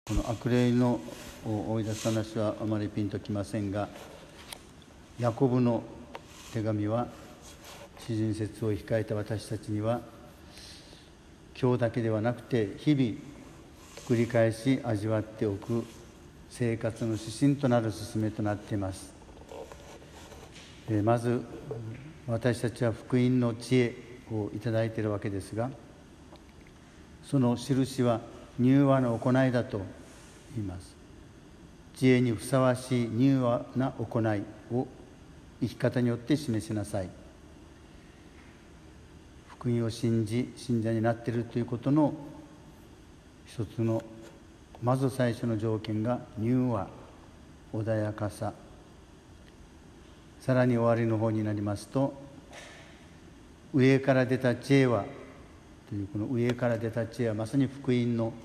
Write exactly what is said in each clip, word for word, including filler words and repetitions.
この悪霊の追い出す話はあまりピンときませんが、ヤコブの手紙は四旬節を控えた私たちには今日だけではなくて日々繰り返し味わっておく生活の指針となる勧めとなっています。まず私たちは福音の知恵をいただいているわけですが、その印は柔和な行いだと言います。知恵にふさわしい柔和な行いを生き方によって示しなさい。福音を信じ信者になっているということの一つのまず最初の条件が柔和、穏やかさ。さらに終わりの方になりますと、上から出た知恵はというこの上から出た知恵はまさに福音の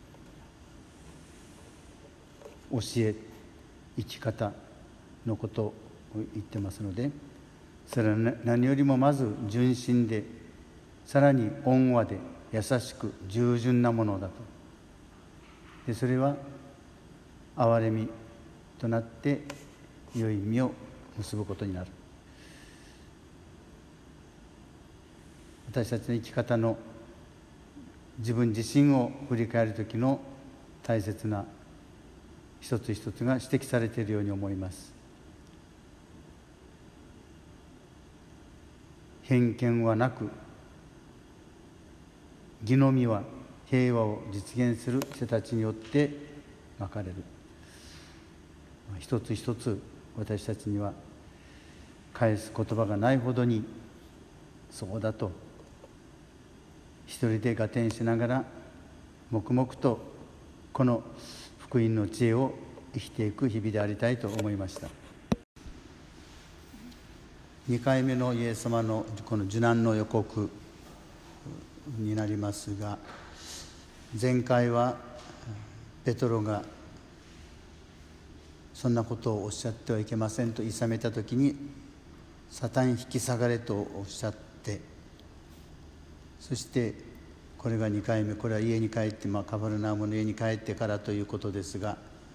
教え、生き方のことを言ってますので、それは何よりもまず純真で、さらに温和で優しく従順なものだと。でそれは憐れみとなって良い実を結ぶことになる。私たちの生き方の自分自身を振り返る時の大切な一つ一つが指摘されているように思います。偏見はなく、義の実は平和を実現する人たちによってまかれる。一つ一つ私たちには返す言葉がないほどにそうだと一人で合点しながら黙々とこの福音の知恵を生きていく日々でありたいと思いました。にかいめのイエス様のこの受難の予告になりますが、前回はペトロがそんなことをおっしゃってはいけませんと諌めたときに、サタン引き下がれとおっしゃって、そしてこれがにかいめ、これは家に帰って、まあ、カバルナウムの家に帰ってからということですが、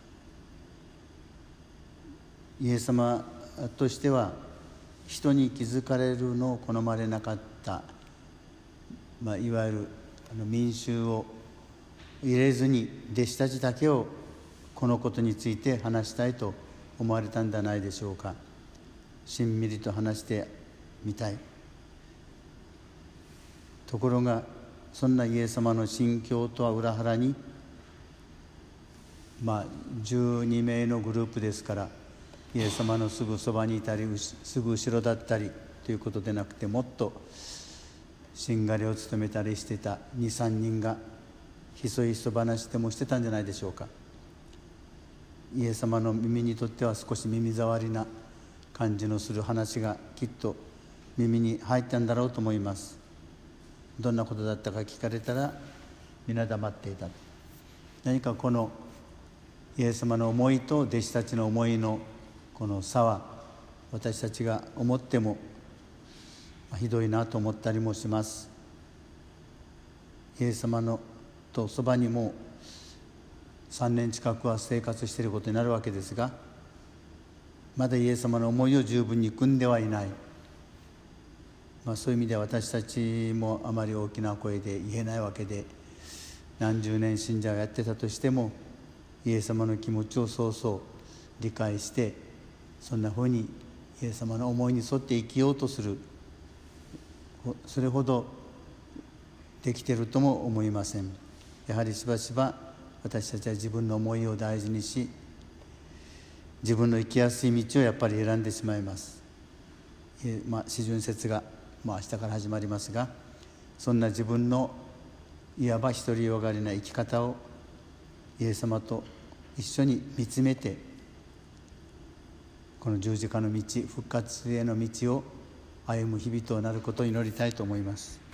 イエス様としては人に気づかれるのを好まれなかった、まあ、いわゆるあの民衆を入れずに弟子たちだけをこのことについて話したいと思われたんじゃないでしょうか。しんみりと話してみたい。ところがそんなイエス様の心境とは裏腹に、まあじゅうにめいのグループですから、イエス様のすぐそばにいたりすぐ後ろだったりということでなくて、もっとしんがりを務めたりしてたにさんにんがひそひそ話でもしてたんじゃないでしょうか。イエス様の耳にとっては少し耳障りな感じのする話がきっと耳に入ったんだろうと思います。どんなことだったか聞かれたら皆黙っていた。何かこのイエス様の思いと弟子たちの思いのこの差は、私たちが思ってもひどいなと思ったりもします。イエス様のとそばにもさんねん近くは生活していることになるわけですが、まだイエス様の思いを十分に汲んではいない。まあ、そういう意味で私たちもあまり大きな声で言えないわけで、何十年信者をやってたとしてもイエス様の気持ちをそうそう理解して、そんなふうにイエス様の思いに沿って生きようとする、それほどできているとも思いません。やはりしばしば私たちは自分の思いを大事にし、自分の生きやすい道をやっぱり選んでしまいます。えまあ、四旬節が、まあ、明日から始まりますが、そんな自分のいわば独りよがりな生き方をイエス様と一緒に見つめて、この十字架の道、復活への道を歩む日々となることを祈りたいと思います。